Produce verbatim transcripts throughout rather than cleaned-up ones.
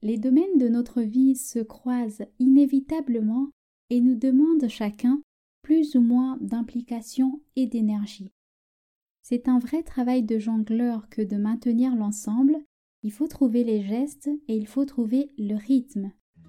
Les domaines de notre vie se croisent inévitablement et nous demandent chacun plus ou moins d'implication et d'énergie. C'est un vrai travail de jongleur que de maintenir l'ensemble. Il faut trouver les gestes et il faut trouver le rythme.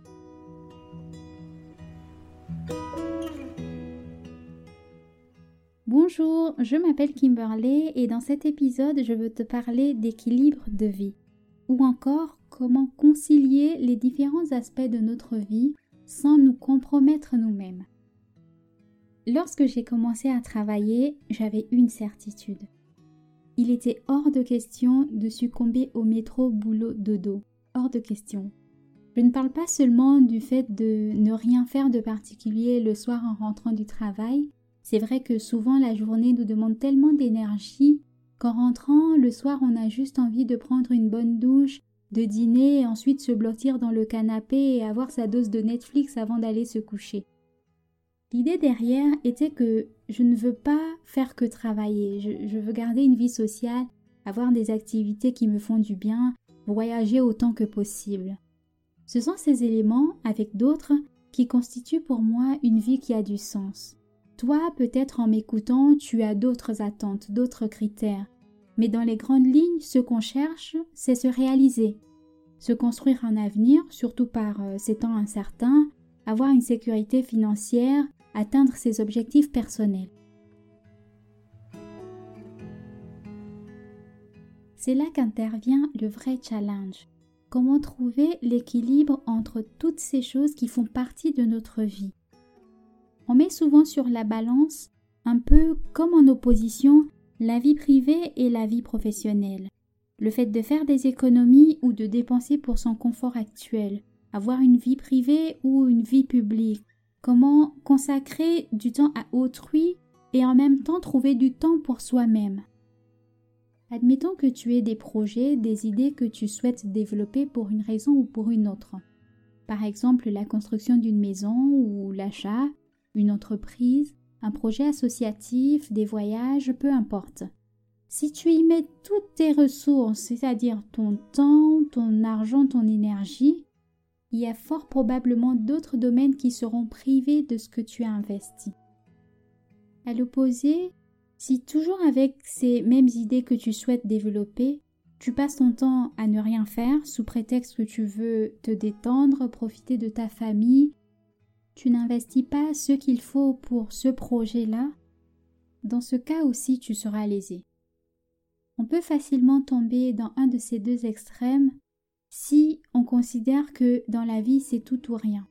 Bonjour, je m'appelle Kimberley et dans cet épisode, je veux te parler d'équilibre de vie ou encore comment concilier les différents aspects de notre vie sans nous compromettre nous-mêmes. Lorsque j'ai commencé à travailler, j'avais une certitude. Il était hors de question de succomber au métro boulot dodo. Hors de question. Je ne parle pas seulement du fait de ne rien faire de particulier le soir en rentrant du travail. C'est vrai que souvent la journée nous demande tellement d'énergie qu'en rentrant le soir on a juste envie de prendre une bonne douche, de dîner et ensuite se blottir dans le canapé et avoir sa dose de Netflix avant d'aller se coucher. L'idée derrière était que je ne veux pas faire que travailler, je, je veux garder une vie sociale, avoir des activités qui me font du bien, voyager autant que possible. Ce sont ces éléments, avec d'autres, qui constituent pour moi une vie qui a du sens. Toi, peut-être en m'écoutant, tu as d'autres attentes, d'autres critères. Mais dans les grandes lignes, ce qu'on cherche, c'est se réaliser. Se construire un avenir, surtout par euh, ces temps incertains, avoir une sécurité financière, atteindre ses objectifs personnels. C'est là qu'intervient le vrai challenge. Comment trouver l'équilibre entre toutes ces choses qui font partie de notre vie? On met souvent sur la balance, un peu comme en opposition, la vie privée et la vie professionnelle. Le fait de faire des économies ou de dépenser pour son confort actuel, avoir une vie privée ou une vie publique, comment consacrer du temps à autrui et en même temps trouver du temps pour soi-même. Admettons que tu aies des projets, des idées que tu souhaites développer pour une raison ou pour une autre. Par exemple, la construction d'une maison ou l'achat, une entreprise, un projet associatif, des voyages, peu importe. Si tu y mets toutes tes ressources, c'est-à-dire ton temps, ton argent, ton énergie, il y a fort probablement d'autres domaines qui seront privés de ce que tu as investi. À l'opposé, si toujours avec ces mêmes idées que tu souhaites développer, tu passes ton temps à ne rien faire sous prétexte que tu veux te détendre, profiter de ta famille, tu n'investis pas ce qu'il faut pour ce projet-là, dans ce cas aussi tu seras lésé. On peut facilement tomber dans un de ces deux extrêmes si on considère que dans la vie c'est tout ou rien.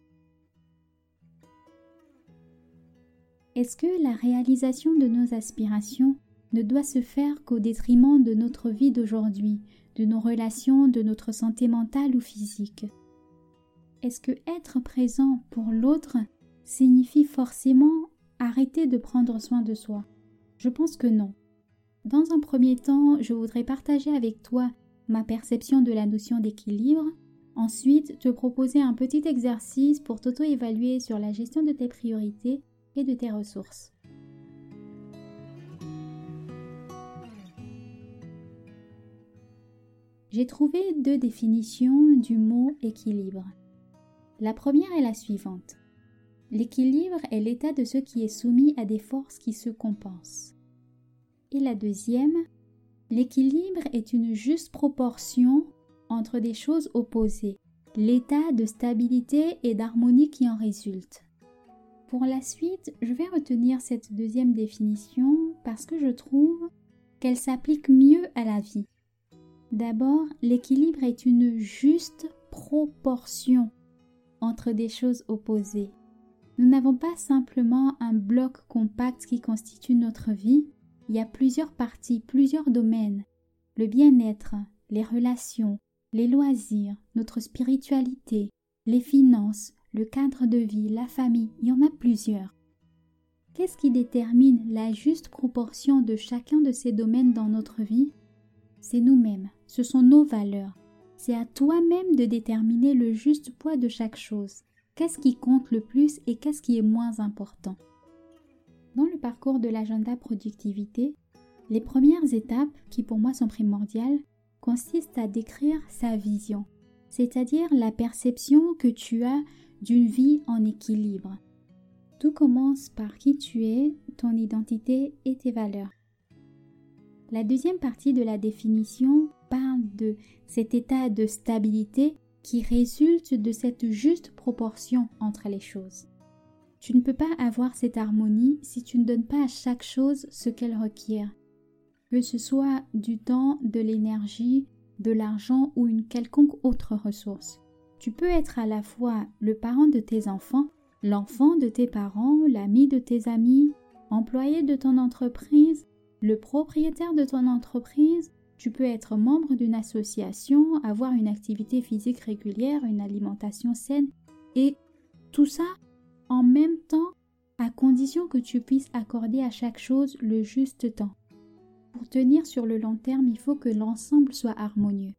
Est-ce que la réalisation de nos aspirations ne doit se faire qu'au détriment de notre vie d'aujourd'hui, de nos relations, de notre santé mentale ou physique? Est-ce que être présent pour l'autre signifie forcément arrêter de prendre soin de soi? Je pense que non. Dans un premier temps, je voudrais partager avec toi ma perception de la notion d'équilibre. Ensuite, te proposer un petit exercice pour t'auto-évaluer sur la gestion de tes priorités et de tes ressources. J'ai trouvé deux définitions du mot équilibre. La première est la suivante. L'équilibre est l'état de ce qui est soumis à des forces qui se compensent. Et la deuxième, l'équilibre est une juste proportion entre des choses opposées, l'état de stabilité et d'harmonie qui en résulte. Pour la suite, je vais retenir cette deuxième définition parce que je trouve qu'elle s'applique mieux à la vie. D'abord, l'équilibre est une juste proportion entre des choses opposées. Nous n'avons pas simplement un bloc compact qui constitue notre vie, il y a plusieurs parties, plusieurs domaines. Le bien-être, les relations, les loisirs, notre spiritualité, les finances, le cadre de vie, la famille, il y en a plusieurs. Qu'est-ce qui détermine la juste proportion de chacun de ces domaines dans notre vie? C'est nous-mêmes, ce sont nos valeurs. C'est à toi-même de déterminer le juste poids de chaque chose. Qu'est-ce qui compte le plus et qu'est-ce qui est moins important? Dans le parcours de l'agenda productivité, les premières étapes, qui pour moi sont primordiales, consistent à décrire sa vision. c'est-à-dire la perception que tu as d'une vie en équilibre. Tout commence par qui tu es, ton identité et tes valeurs. La deuxième partie de la définition parle de cet état de stabilité qui résulte de cette juste proportion entre les choses. Tu ne peux pas avoir cette harmonie si tu ne donnes pas à chaque chose ce qu'elle requiert, que ce soit du temps, de l'énergie, de l'argent ou une quelconque autre ressource. Tu peux être à la fois le parent de tes enfants, l'enfant de tes parents, l'ami de tes amis, employé de ton entreprise, le propriétaire de ton entreprise. Tu peux être membre d'une association, avoir une activité physique régulière, une alimentation saine et tout ça en même temps à condition que tu puisses accorder à chaque chose le juste temps. Pour tenir sur le long terme, il faut que l'ensemble soit harmonieux.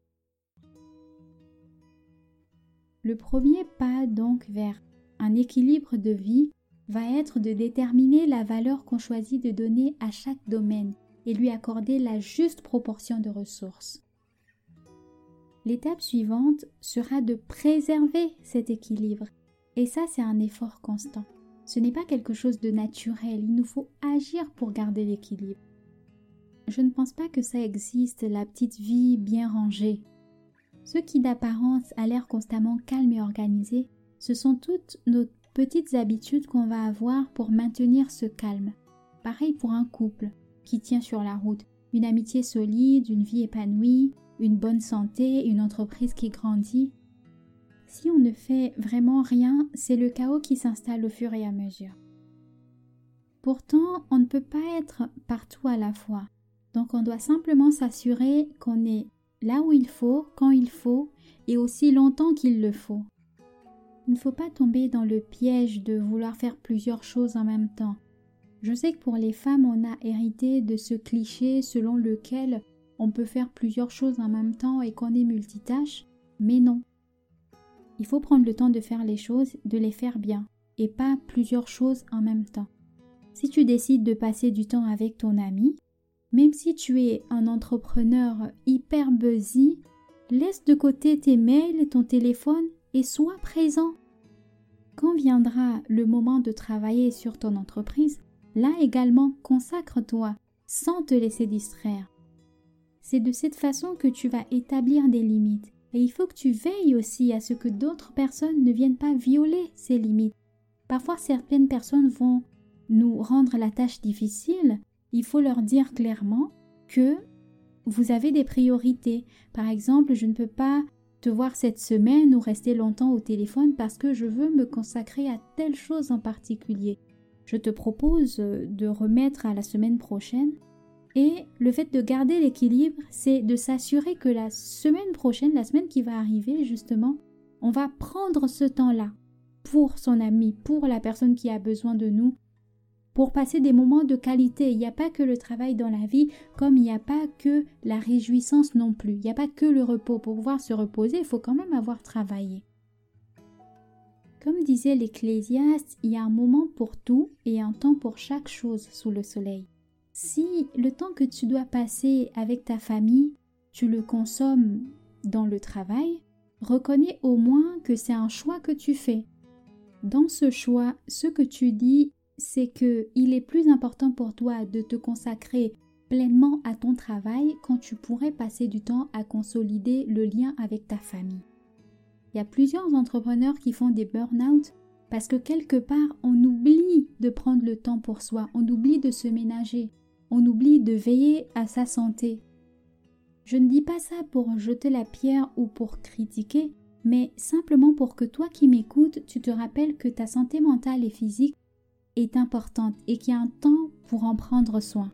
Le premier pas donc vers un équilibre de vie va être de déterminer la valeur qu'on choisit de donner à chaque domaine et lui accorder la juste proportion de ressources. L'étape suivante sera de préserver cet équilibre. Et ça, c'est un effort constant. Ce n'est pas quelque chose de naturel. Il nous faut agir pour garder l'équilibre. Je ne pense pas que ça existe, la petite vie bien rangée. Ceux qui d'apparence a l'air constamment calme et organisé, ce sont toutes nos petites habitudes qu'on va avoir pour maintenir ce calme. Pareil pour un couple qui tient sur la route, une amitié solide, une vie épanouie, une bonne santé, une entreprise qui grandit. Si on ne fait vraiment rien, c'est le chaos qui s'installe au fur et à mesure. Pourtant, on ne peut pas être partout à la fois. Donc on doit simplement s'assurer qu'on est là où il faut, quand il faut, et aussi longtemps qu'il le faut. Il ne faut pas tomber dans le piège de vouloir faire plusieurs choses en même temps. Je sais que pour les femmes, on a hérité de ce cliché selon lequel on peut faire plusieurs choses en même temps et qu'on est multitâche, mais non. Il faut prendre le temps de faire les choses, de les faire bien, et pas plusieurs choses en même temps. Si tu décides de passer du temps avec ton ami, même si tu es un entrepreneur hyper busy, laisse de côté tes mails, ton téléphone et sois présent. Quand viendra le moment de travailler sur ton entreprise, là également consacre-toi sans te laisser distraire. C'est de cette façon que tu vas établir des limites. Et il faut que tu veilles aussi à ce que d'autres personnes ne viennent pas violer ces limites. Parfois, certaines personnes vont nous rendre la tâche difficile. Il faut leur dire clairement que vous avez des priorités. Par exemple, je ne peux pas te voir cette semaine ou rester longtemps au téléphone parce que je veux me consacrer à telle chose en particulier. Je te propose de remettre à la semaine prochaine. Et le fait de garder l'équilibre, c'est de s'assurer que la semaine prochaine, la semaine qui va arriver justement, on va prendre ce temps-là pour son ami, pour la personne qui a besoin de nous, pour passer des moments de qualité. Il n'y a pas que le travail dans la vie, comme il n'y a pas que la réjouissance non plus. Il n'y a pas que le repos. Pour pouvoir se reposer, il faut quand même avoir travaillé. Comme disait l'Ecclésiaste, il y a un moment pour tout et un temps pour chaque chose sous le soleil. Si le temps que tu dois passer avec ta famille, tu le consommes dans le travail, reconnais au moins que c'est un choix que tu fais. Dans ce choix, ce que tu dis, c'est que il est plus important pour toi de te consacrer pleinement à ton travail quand tu pourrais passer du temps à consolider le lien avec ta famille. Il y a plusieurs entrepreneurs qui font des burn-out parce que quelque part, on oublie de prendre le temps pour soi, on oublie de se ménager. On oublie de veiller à sa santé. Je ne dis pas ça pour jeter la pierre ou pour critiquer, mais simplement pour que toi qui m'écoutes, tu te rappelles que ta santé mentale et physique est importante et qu'il y a un temps pour en prendre soin.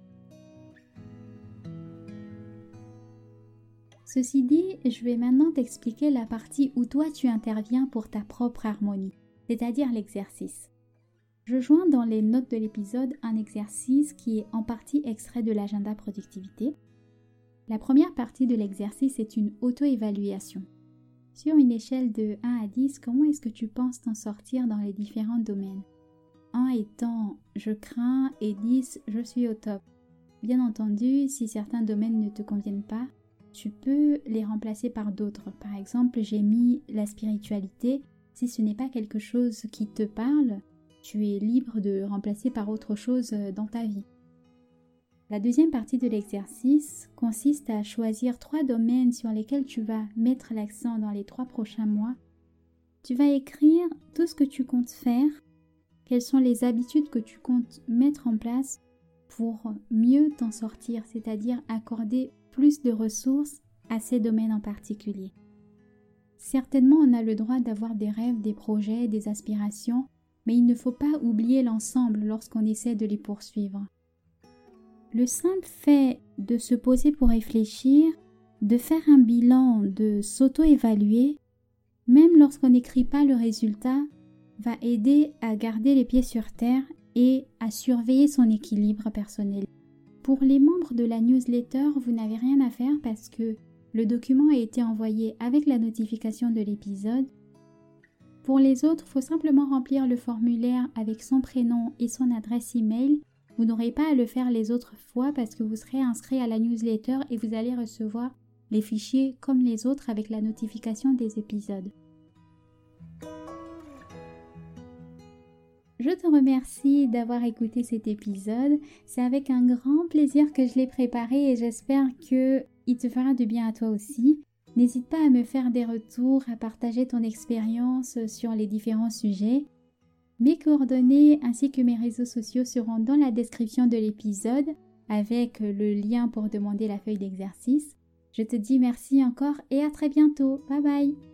Ceci dit, je vais maintenant t'expliquer la partie où toi tu interviens pour ta propre harmonie, c'est-à-dire l'exercice. Je joins dans les notes de l'épisode un exercice qui est en partie extrait de l'agenda productivité. La première partie de l'exercice est une auto-évaluation. Sur une échelle de un à dix, comment est-ce que tu penses t'en sortir dans les différents domaines ? un étant « je crains » et dix « je suis au top ». Bien entendu, si certains domaines ne te conviennent pas, tu peux les remplacer par d'autres. Par exemple, j'ai mis la spiritualité. Si ce n'est pas quelque chose qui te parle, tu es libre de remplacer par autre chose dans ta vie. La deuxième partie de l'exercice consiste à choisir trois domaines sur lesquels tu vas mettre l'accent dans les trois prochains mois. Tu vas écrire tout ce que tu comptes faire, quelles sont les habitudes que tu comptes mettre en place pour mieux t'en sortir, c'est-à-dire accorder plus de ressources à ces domaines en particulier. Certainement, on a le droit d'avoir des rêves, des projets, des aspirations, mais il ne faut pas oublier l'ensemble lorsqu'on essaie de les poursuivre. Le simple fait de se poser pour réfléchir, de faire un bilan, de s'auto-évaluer, même lorsqu'on n'écrit pas le résultat, va aider à garder les pieds sur terre et à surveiller son équilibre personnel. Pour les membres de la newsletter, vous n'avez rien à faire parce que le document a été envoyé avec la notification de l'épisode. Pour les autres, il faut simplement remplir le formulaire avec son prénom et son adresse email. Vous n'aurez pas à le faire les autres fois parce que vous serez inscrit à la newsletter et vous allez recevoir les fichiers comme les autres avec la notification des épisodes. Je te remercie d'avoir écouté cet épisode. C'est avec un grand plaisir que je l'ai préparé et j'espère qu'il te fera du bien à toi aussi. N'hésite pas à me faire des retours, à partager ton expérience sur les différents sujets. Mes coordonnées ainsi que mes réseaux sociaux seront dans la description de l'épisode avec le lien pour demander la feuille d'exercice. Je te dis merci encore et à très bientôt. Bye bye!